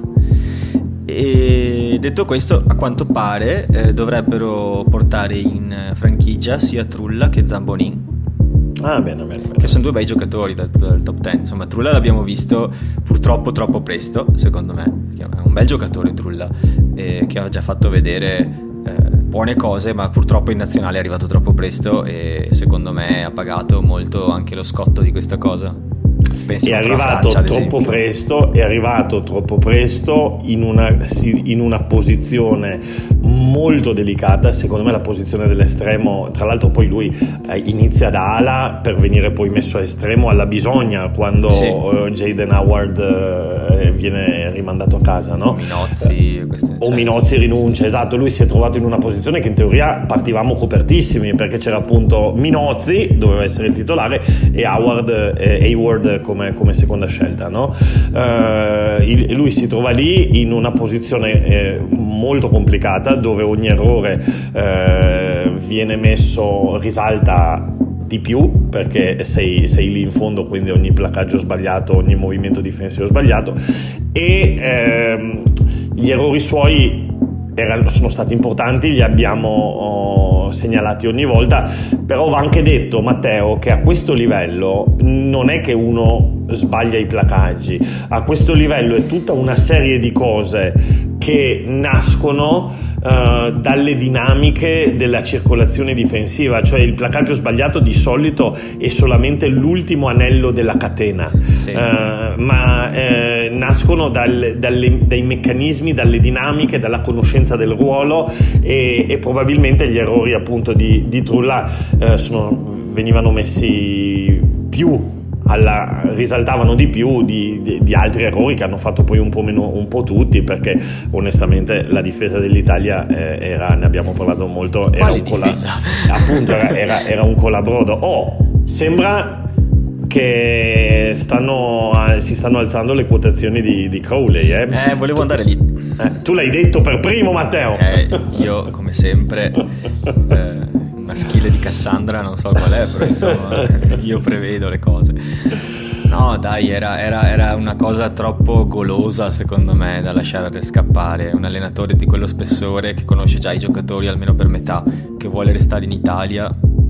Speaker 1: E detto questo, a quanto pare dovrebbero portare in franchigia sia Trulla che Zambonin.
Speaker 2: Bene.
Speaker 1: Che sono due bei giocatori dal top 10. Insomma, Trulla l'abbiamo visto purtroppo troppo presto, secondo me. È un bel giocatore Trulla, che ha già fatto vedere buone cose, ma purtroppo in nazionale è arrivato troppo presto e secondo me ha pagato molto anche lo scotto di questa cosa. Pensi
Speaker 2: è arrivato troppo presto in una posizione molto delicata, secondo me la posizione dell'estremo. Tra l'altro poi lui inizia da ala per venire poi messo a estremo alla bisogna quando Jaden Howard viene rimandato a casa, no? Minozzi rinuncia, esatto. Lui si è trovato in una posizione che in teoria partivamo copertissimi, perché c'era appunto Minozzi, doveva essere il titolare, e Hayward come seconda scelta, no? Lui si trova lì in una posizione molto complicata, dove ogni errore risalta di più, perché sei lì in fondo, quindi ogni placaggio sbagliato, ogni movimento difensivo sbagliato, e gli errori suoi sono stati importanti, li abbiamo segnalati ogni volta, però va anche detto, Matteo, che a questo livello non è che uno sbaglia i placaggi, a questo livello è tutta una serie di cose che nascono dalle dinamiche della circolazione difensiva, cioè il placaggio sbagliato di solito è solamente l'ultimo anello della catena, sì. Ma nascono dai meccanismi, dalle dinamiche, dalla conoscenza del ruolo, e probabilmente gli errori appunto di Trulla venivano messi più risaltavano di più di altri errori che hanno fatto poi un po' tutti, perché onestamente la difesa dell'Italia ne abbiamo parlato molto, era un colabrodo. Sembra che si stanno alzando le quotazioni di Crowley.
Speaker 1: Volevo andare lì.
Speaker 2: Tu l'hai detto per primo, Matteo.
Speaker 1: Io come sempre una skill di Cassandra non so qual è, però insomma io prevedo le cose. No dai, era una cosa troppo golosa secondo me da lasciare scappare. Un allenatore di quello spessore, che conosce già i giocatori almeno per metà, che vuole restare in Italia.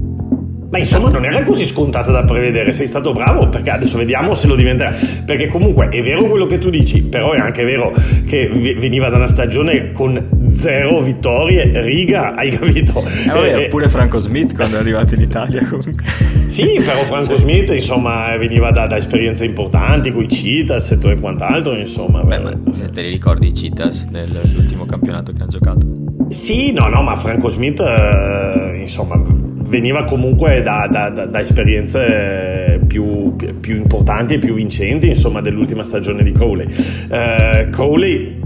Speaker 2: Ma insomma non era così scontata da prevedere, sei stato bravo, perché adesso vediamo se lo diventerà, perché comunque è vero quello che tu dici, però è anche vero che veniva da una stagione con 0 vittorie, riga, hai capito?
Speaker 1: Oppure Franco Smith quando è arrivato in Italia comunque.
Speaker 2: Sì, però Franco Smith insomma veniva da esperienze importanti con i Citas e quant'altro, insomma.
Speaker 1: Ma se te li ricordi i Citas nell'ultimo campionato che hanno giocato?
Speaker 2: Sì, no, ma Franco Smith insomma veniva comunque da esperienze più importanti e più vincenti, insomma, dell'ultima stagione di Crowley. Crowley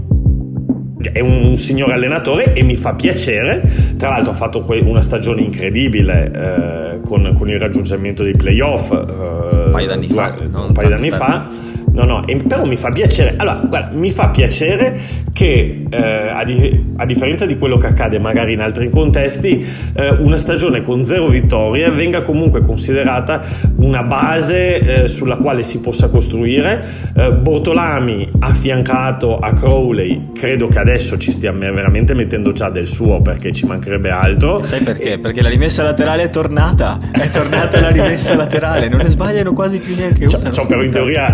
Speaker 2: è un signor allenatore e mi fa piacere. Tra l'altro ha fatto una stagione incredibile con il raggiungimento dei playoff
Speaker 1: un paio d'anni fa.
Speaker 2: No, però mi fa piacere. Allora, guarda, mi fa piacere che a differenza di quello che accade magari in altri contesti, una stagione con 0 vittorie venga comunque considerata una base sulla quale si possa costruire. Bortolami affiancato a Crowley, credo che adesso ci stia veramente mettendo già del suo, perché ci mancherebbe altro.
Speaker 1: E sai perché? Perché la rimessa laterale è tornata la rimessa laterale, non ne sbagliano quasi più neanche una.
Speaker 2: Però in teoria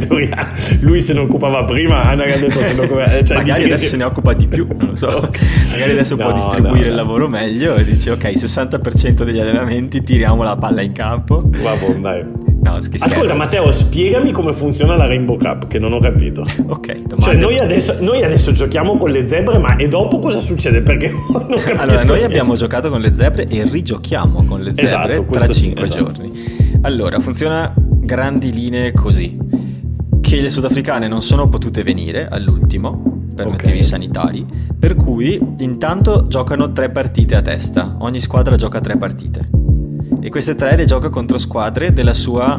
Speaker 2: lui se ne occupava prima, adesso se ne occupa,
Speaker 1: magari adesso se ne occupa di più, non lo so. Magari adesso può distribuire il lavoro meglio e dice ok, 60% degli allenamenti tiriamo la palla in campo.
Speaker 2: Va buon, dai.
Speaker 1: No,
Speaker 2: ascolta Matteo, spiegami come funziona la Rainbow Cup, che non ho capito.
Speaker 1: Ok,
Speaker 2: cioè noi adesso giochiamo con le zebre, ma e dopo cosa succede? Perché non capisco.
Speaker 1: Allora noi abbiamo giocato con le zebre e rigiochiamo con le zebre tra 5 giorni. Allora funziona grandi linee così: che le sudafricane non sono potute venire all'ultimo per motivi sanitari, per cui intanto giocano 3 partite a testa, ogni squadra gioca 3 partite e queste 3 le gioca contro squadre della sua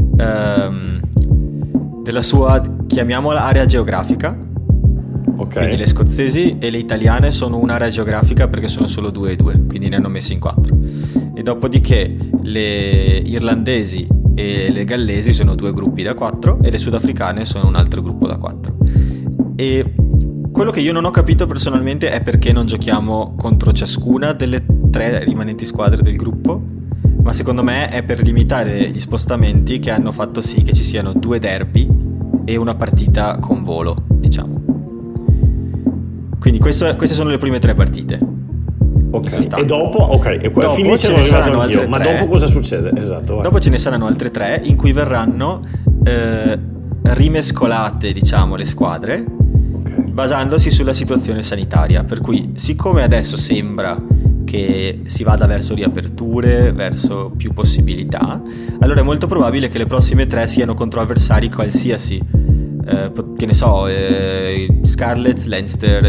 Speaker 1: chiamiamola area geografica. Quindi le scozzesi e le italiane sono un'area geografica perché sono solo 2 e 2, quindi ne hanno messi in 4, e dopodiché le irlandesi e le gallesi sono 2 gruppi da 4 e le sudafricane sono un altro gruppo da 4. E quello che io non ho capito personalmente è perché non giochiamo contro ciascuna delle 3 rimanenti squadre del gruppo, ma secondo me è per limitare gli spostamenti che hanno fatto sì che ci siano 2 derby e una partita con volo, diciamo. Quindi queste sono le prime 3 partite.
Speaker 2: E dopo fino ce ne saranno altre 3. Ma dopo cosa succede? Esatto, vai.
Speaker 1: Dopo ce ne saranno altre 3 in cui verranno rimescolate, diciamo, le squadre, basandosi sulla situazione sanitaria. Per cui, siccome adesso sembra che si vada verso riaperture, verso più possibilità, allora è molto probabile che le prossime 3 siano contro avversari qualsiasi, che ne so, Scarlets, Leinster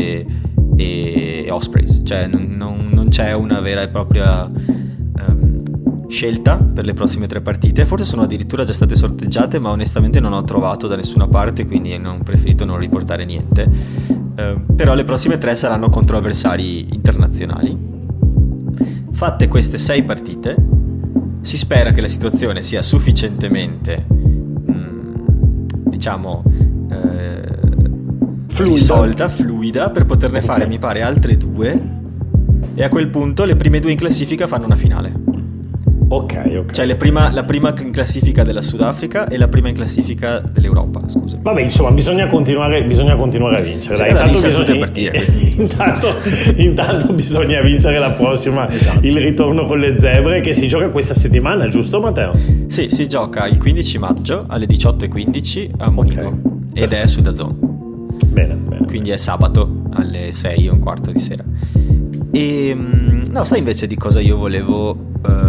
Speaker 1: e Ospreys. Cioè non c'è una vera e propria scelta per le prossime 3 partite. Forse sono addirittura già state sorteggiate, ma onestamente non ho trovato da nessuna parte, quindi ho preferito non riportare niente. Però le prossime 3 saranno contro avversari internazionali. Fatte queste 6 partite, si spera che la situazione sia sufficientemente fluida per poterne fare, mi pare, altre 2, e a quel punto le prime 2 in classifica fanno una finale.
Speaker 2: Ok.
Speaker 1: Cioè la prima in classifica della Sudafrica e la prima in classifica dell'Europa, scusa.
Speaker 2: Vabbè, insomma, bisogna continuare a vincere. Intanto bisogna vincere la prossima, esatto. Il ritorno con le zebre, che si gioca questa settimana, giusto Matteo?
Speaker 1: Sì, si gioca il 15 maggio alle 18:15 a Monaco, ed è su DAZN. Bene. Quindi è sabato alle 6:15 di sera. E no, sai invece di cosa io volevo...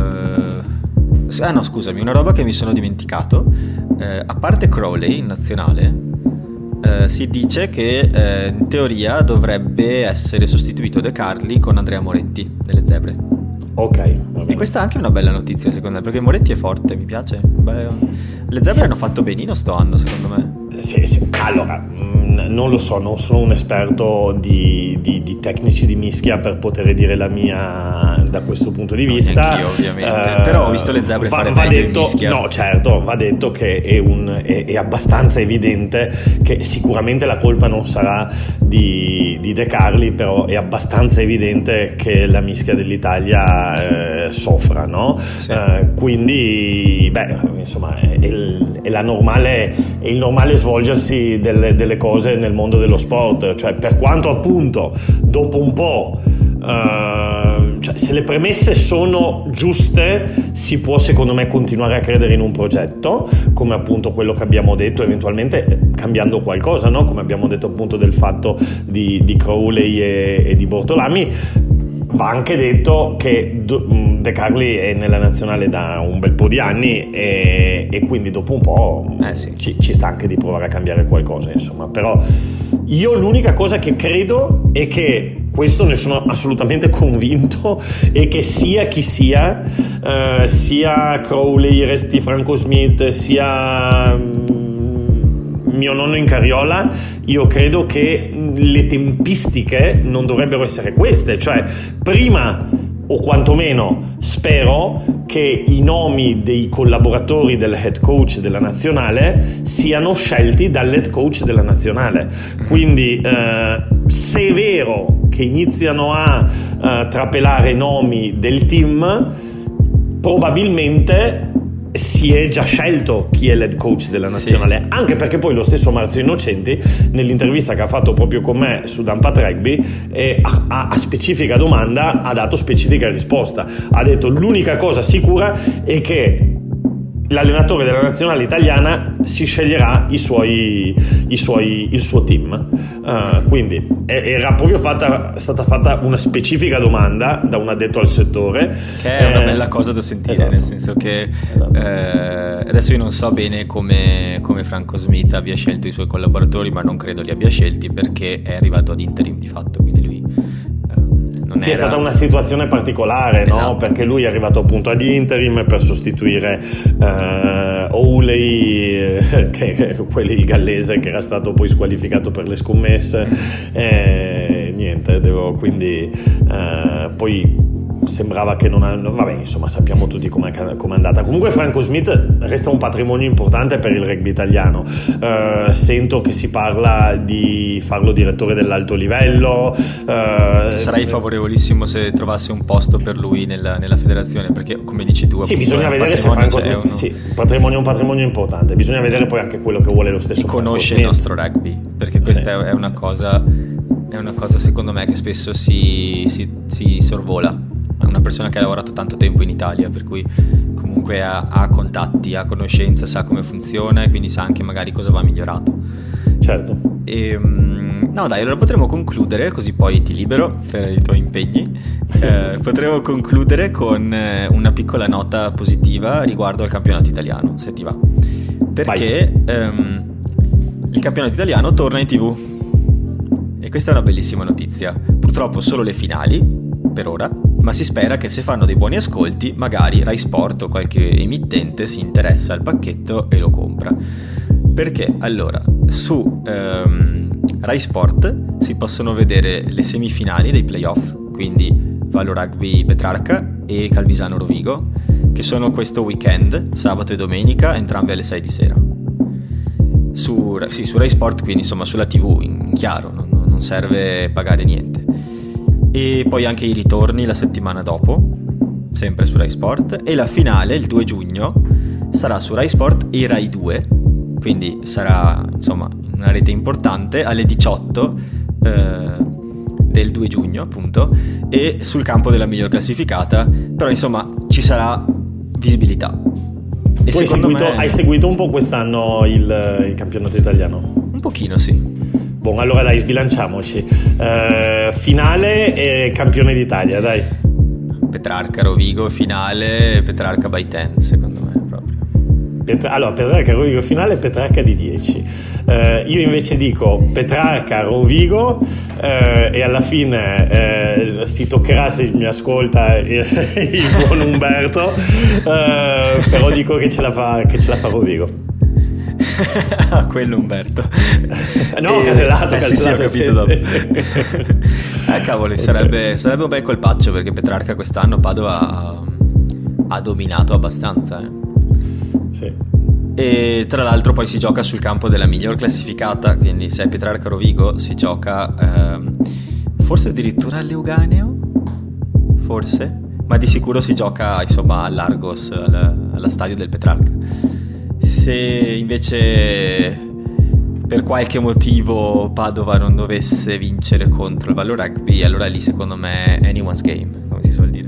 Speaker 1: no, scusami, una roba che mi sono dimenticato. A parte Crowley in nazionale, si dice che in teoria dovrebbe essere sostituito De Carli con Andrea Moretti delle zebre.
Speaker 2: Ok.
Speaker 1: E questa è anche una bella notizia secondo me, perché Moretti è forte, mi piace. Le zebre hanno fatto benino sto anno, secondo me.
Speaker 2: Sì. Allora, non lo so, non sono un esperto di tecnici di mischia per poter dire la mia da questo punto di vista.
Speaker 1: Anch'io, ovviamente. Però ho visto le zebre fare meglio in mischia.
Speaker 2: No, certo, va detto che è abbastanza evidente che sicuramente la colpa non sarà di De Carli, però è abbastanza evidente che la mischia dell'Italia soffra, no? Sì. Quindi, insomma, è il normale svolgersi delle cose nel mondo dello sport, cioè per quanto appunto dopo un po' cioè, se le premesse sono giuste si può secondo me continuare a credere in un progetto, come appunto quello che abbiamo detto, eventualmente cambiando qualcosa, no? Come abbiamo detto appunto del fatto di Crowley e di Bortolami. Va anche detto che De Carli è nella nazionale da un bel po' di anni e quindi dopo un po'
Speaker 1: sì.
Speaker 2: ci sta anche di provare a cambiare qualcosa, insomma. Però io l'unica cosa che credo è che, questo ne sono assolutamente convinto, è che sia chi sia Crowley, resti Franco Smith, sia mio nonno in carriola, io credo che le tempistiche non dovrebbero essere queste, cioè prima, o quantomeno spero, che i nomi dei collaboratori del head coach della nazionale siano scelti dall'head coach della nazionale. Quindi se è vero che iniziano a trapelare nomi del team, probabilmente si è già scelto chi è l'head coach della nazionale, sì. Anche perché poi lo stesso Marzio Innocenti, nell'intervista che ha fatto proprio con me su Dampat Rugby, a specifica domanda ha dato specifica risposta. Ha detto: l'unica cosa sicura è che l'allenatore della nazionale italiana si sceglierà il suo team. Quindi era proprio stata fatta una specifica domanda da un addetto al settore,
Speaker 1: che è una bella cosa da sentire, esatto. Nel senso che adesso io non so bene come Franco Smith abbia scelto i suoi collaboratori, ma non credo li abbia scelti perché è arrivato ad interim di fatto, quindi lui
Speaker 2: è stata una situazione particolare, esatto. No? Perché lui è arrivato appunto ad interim per sostituire Howley, il gallese che era stato poi squalificato per le scommesse. Quindi poi sembrava che vabbè, insomma, sappiamo tutti com'è andata. Comunque Franco Smith resta un patrimonio importante per il rugby italiano. Sento che si parla di farlo direttore dell'alto livello.
Speaker 1: Sarei favorevolissimo se trovasse un posto per lui nella federazione, perché come dici tu,
Speaker 2: sì, bisogna vedere se Franco Smith è un patrimonio importante. Bisogna vedere poi anche quello che vuole lo stesso.
Speaker 1: Conosce il nostro rugby, perché questa è una cosa secondo me che spesso si sorvola. È una persona che ha lavorato tanto tempo in Italia, per cui comunque ha contatti, ha conoscenza, sa come funziona e quindi sa anche magari cosa va migliorato.
Speaker 2: Certo.
Speaker 1: No dai, allora potremmo concludere, così poi ti libero per i tuoi impegni. Potremmo concludere con una piccola nota positiva riguardo al campionato italiano, se ti va, perché il campionato italiano torna in TV e questa è una bellissima notizia. Purtroppo solo le finali per ora, ma si spera che se fanno dei buoni ascolti magari Rai Sport o qualche emittente si interessa al pacchetto e lo compra. Perché allora su Rai Sport si possono vedere le semifinali dei playoff, quindi Valo Rugby Petrarca e Calvisano Rovigo, che sono questo weekend, sabato e domenica, entrambe alle 6 di sera. Su Rai Sport, quindi insomma sulla TV, in chiaro, non serve pagare niente. E poi anche i ritorni la settimana dopo, sempre su Rai Sport, e la finale il 2 giugno sarà su Rai Sport e Rai 2, quindi sarà insomma una rete importante alle 18 del 2 giugno appunto, e sul campo della miglior classificata, però insomma ci sarà visibilità. E
Speaker 2: tu hai seguito un po' quest'anno il campionato italiano?
Speaker 1: Un pochino, sì.
Speaker 2: Buon, allora dai, sbilanciamoci. Finale e campione d'Italia, dai.
Speaker 1: Petrarca Rovigo finale, Petrarca by 10 secondo me proprio.
Speaker 2: Allora, Petrarca Rovigo finale, Petrarca di 10. Io invece dico Petrarca Rovigo, e alla fine si toccherà, se mi ascolta il buon Umberto, però dico che ce la fa Rovigo.
Speaker 1: Quello Umberto.
Speaker 2: No, Casellato.
Speaker 1: Sì, ho capito dopo. Cavoli, sarebbe un bel colpaccio, perché Petrarca quest'anno Padova ha dominato abbastanza.
Speaker 2: Sì.
Speaker 1: E tra l'altro poi si gioca sul campo della miglior classificata, quindi se è Petrarca Rovigo si gioca forse addirittura all'Euganeo, forse, ma di sicuro si gioca insomma all'Argos, alla stadio del Petrarca. Se invece per qualche motivo Padova non dovesse vincere contro il Vallo Rugby, allora lì secondo me è anyone's game, come si suol dire.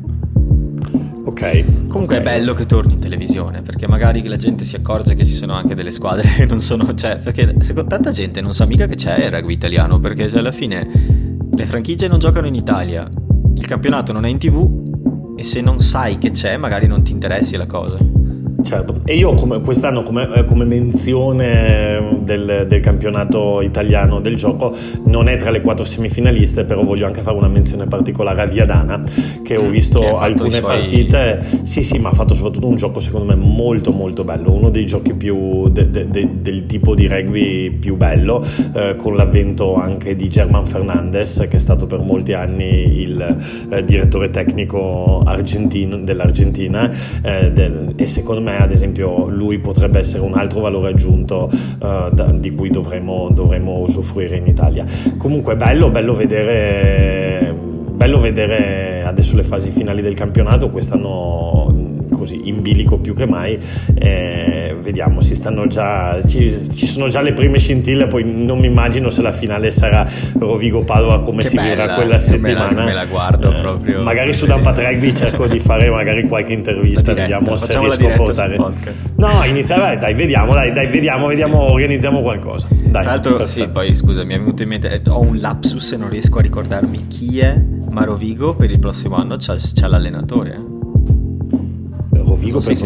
Speaker 2: Ok.
Speaker 1: Comunque è bello che torni in televisione, perché magari la gente si accorge che ci sono anche delle squadre che non sono, cioè, perché tanta gente non sa mica che c'è il rugby italiano, perché alla fine le franchigie non giocano in Italia, il campionato non è in TV, e se non sai che c'è magari non ti interessi la cosa.
Speaker 2: Certo, e io quest'anno come menzione del campionato italiano del gioco, non è tra le 4 semifinaliste, però voglio anche fare una menzione particolare a Viadana, che ho visto alcune partite. Sì, ma ha fatto soprattutto un gioco secondo me molto molto bello, uno dei giochi più del tipo di rugby più bello, con l'avvento anche di German Fernandez, che è stato per molti anni il direttore tecnico dell'Argentina, e secondo me ad esempio lui potrebbe essere un altro valore aggiunto di cui dovremo usufruire in Italia. Comunque bello vedere adesso le fasi finali del campionato, quest'anno così in bilico più che mai. Vediamo, ci sono già le prime scintille, poi non mi immagino se la finale sarà Rovigo-Padova, come si vivrà quella settimana.
Speaker 1: Me la guardo proprio.
Speaker 2: Magari su Dampat Rugby cerco di fare magari qualche intervista, vediamo se riesco a portare. No, iniziare, dai, vediamo, organizziamo qualcosa. Dai,
Speaker 1: tra l'altro sì, poi scusa, mi è venuto in mente, ho un lapsus e non riesco a ricordarmi chi è, ma Rovigo per il prossimo anno c'ha l'allenatore.
Speaker 2: Rovigo per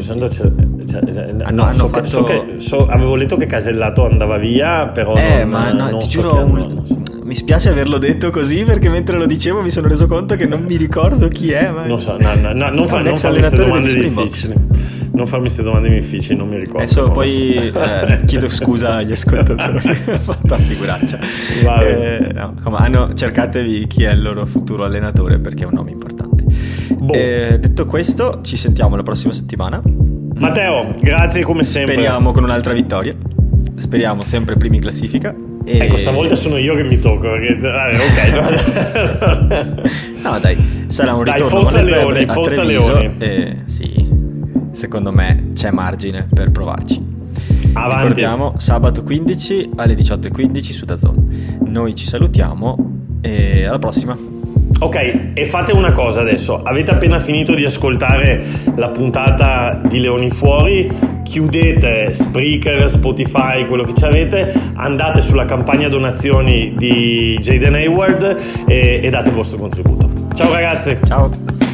Speaker 2: avevo letto che Casellato andava via, però non
Speaker 1: ti
Speaker 2: so
Speaker 1: giuro, mi spiace averlo detto così, perché mentre lo dicevo mi sono reso conto che non mi ricordo chi è, ma
Speaker 2: non so, non farmi queste domande difficili. Non farmi queste domande difficili, non mi ricordo.
Speaker 1: Adesso poi chiedo scusa agli ascoltatori, ho fatto una figuraccia. Cercatevi chi è il loro futuro allenatore, perché è un nome importante. Detto questo, ci sentiamo la prossima settimana.
Speaker 2: Matteo, grazie come sempre.
Speaker 1: Speriamo con un'altra vittoria. Speriamo sempre primi in classifica.
Speaker 2: Ecco, stavolta sono io che mi tocco, perché ok.
Speaker 1: No, dai, sarà un ritorno.
Speaker 2: Dai, Forza Leoni.
Speaker 1: Sì, secondo me c'è margine per provarci.
Speaker 2: Avanti.
Speaker 1: Ricordiamo, sabato 15 alle 18:15 su DAZN. Noi ci salutiamo e alla prossima.
Speaker 2: Ok, e fate una cosa adesso, avete appena finito di ascoltare la puntata di Leoni Fuori, chiudete Spreaker, Spotify, quello che ci avete, andate sulla campagna donazioni di Jaden Hayward e date il vostro contributo. Ciao ragazzi.
Speaker 1: Ciao.